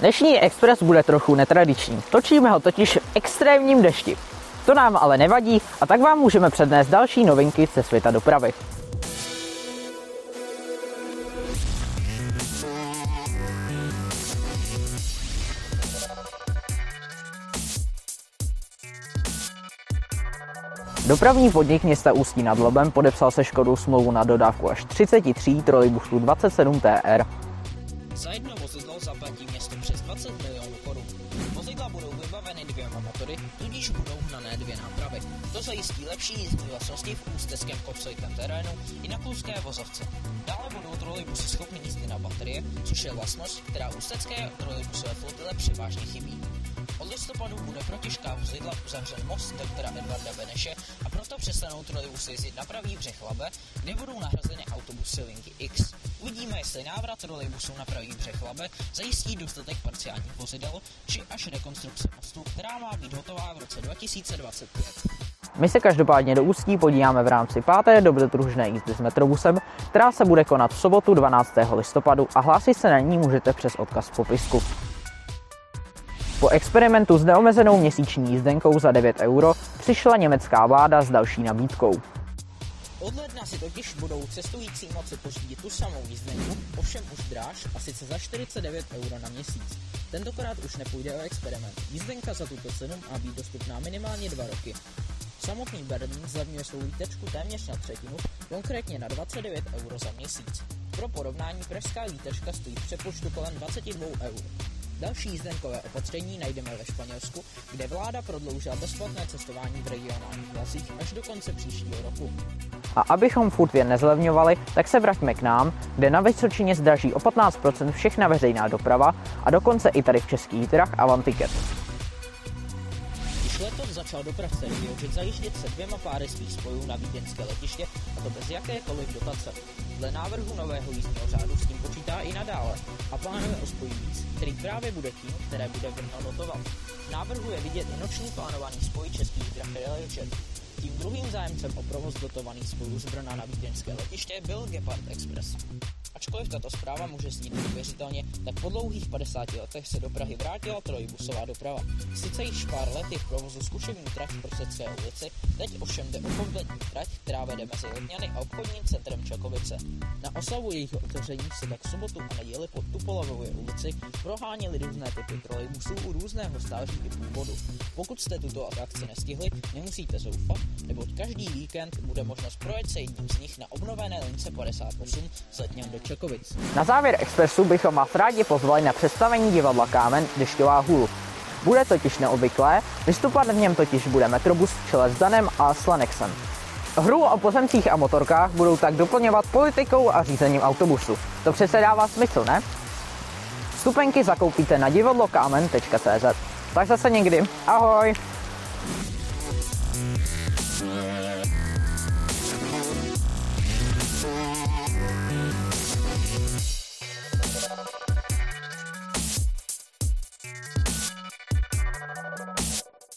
Dnešní Express bude trochu netradiční. Točíme ho totiž v extrémním dešti. To nám ale nevadí a tak vám můžeme přednést další novinky ze světa dopravy. Dopravní podnik města Ústí nad Labem podepsal se Škodou smlouvu na dodávku až 33 trolejbusů 27 TR. Za jedno vozidlo zaplatí město přes 20 milionů korun. Vozidla budou vybaveny 2 motory, tudíž budou hnané 2 nápravy. To zajistí lepší jízdní vlastnosti v ústeckém kopcovitém terénu i na kluzké vozovce. Dále budou trolejbusy schopny jízdy na baterie, což je vlastnost, která ústecké trolejbusové flotile převážně chybí. Od listopadu bude pro těžká vozidla uzavřen most doktora Edvarda Beneše a proto přestanou trolejbusy jezdit na pravý břeh Labe, kde budou nahrazeny autobusy linky X. Uvidíme, jestli návrat trolejbusů na pravý břeh Labe zajistí dostatek parciálních vozidel, či až rekonstrukce mostu, která má být hotová v roce 2025. My se každopádně do Ústí podíváme v rámci 5. dobrodružné jízdy s metrobusem, která se bude konat v sobotu 12. listopadu a hlásit se na ní můžete přes odkaz v popisku. Po experimentu s neomezenou měsíční jízdenkou za 9 € přišla německá vláda s další nabídkou. Od ledna si totiž budou cestující moci pořídit tu samou jízdenku, ovšem už dráž, a sice za 49 € na měsíc. Tentokrát už nepůjde o experiment. Jízdenka za tuto cenu má být dostupná minimálně 2 roky. Samotný Berlín zlevňuje svou lítačku téměř na třetinu, konkrétně na 29 € za měsíc. Pro porovnání pražská lítačka stojí v přepočtu kolem 22 €. Další jízdenkové opatření najdeme ve Španělsku, kde vláda prodloužila bezplatné cestování v regionálních vlacích až do konce příštího roku. A abychom furt jen nezlevňovali, tak se vraťme k nám, kde na Vysočině zdraží o 15% všechna veřejná doprava a dokonce i tady v Českých drah Avantiket. Letos začal dopravce Regiojet zajíždět se 2 páry svých spojů na vídeňské letiště, a to bez jakékoliv dotace. Dle návrhu nového jízdního řádu s tím počítá i nadále a plánuje o spoj víc, který právě bude tím, které bude Brno dotovat. V návrhu je vidět i noční plánovaný spoj Českých drah Regiojet. Tím druhým zájemcem o provoz dotovaných spojů z Brna na vídeňské letiště byl Gepard Express. Ačkoliv tato zpráva může znít neuvěřitelně, tak po dlouhých 50 letech se do Prahy vrátila trolejbusová doprava. Sice již pár let je v provozu zkušební trať v Prostředské ulici, teď ovšem jde o kompletní trať, která vede mezi Letňany a obchodním centrem Čakovice. Na oslavu jejího otevření se tak v sobotu a neděli po Tupolovově ulici proháněly různé typy trolejbusů u různého stáří i původu. Pokud jste tuto akci nestihli, nemusíte zoufat, neboť každý víkend bude možnost projet se jedním z nich na obnovené lince 58 z Letňan do Čakovic. Na závěr Expressu bychom vás rádi pozvali na představení divadla Kámen Dešťová hůl. Bude totiž neobvyklé, vystupovat v něm totiž bude metrobus v čele s Danem a Slanexem. Hru o pozemcích a motorkách budou tak doplňovat politikou a řízením autobusu. To přece dává smysl, ne? Vstupenky zakoupíte na divadlokámen.cz. Tak zase někdy. Ahoj!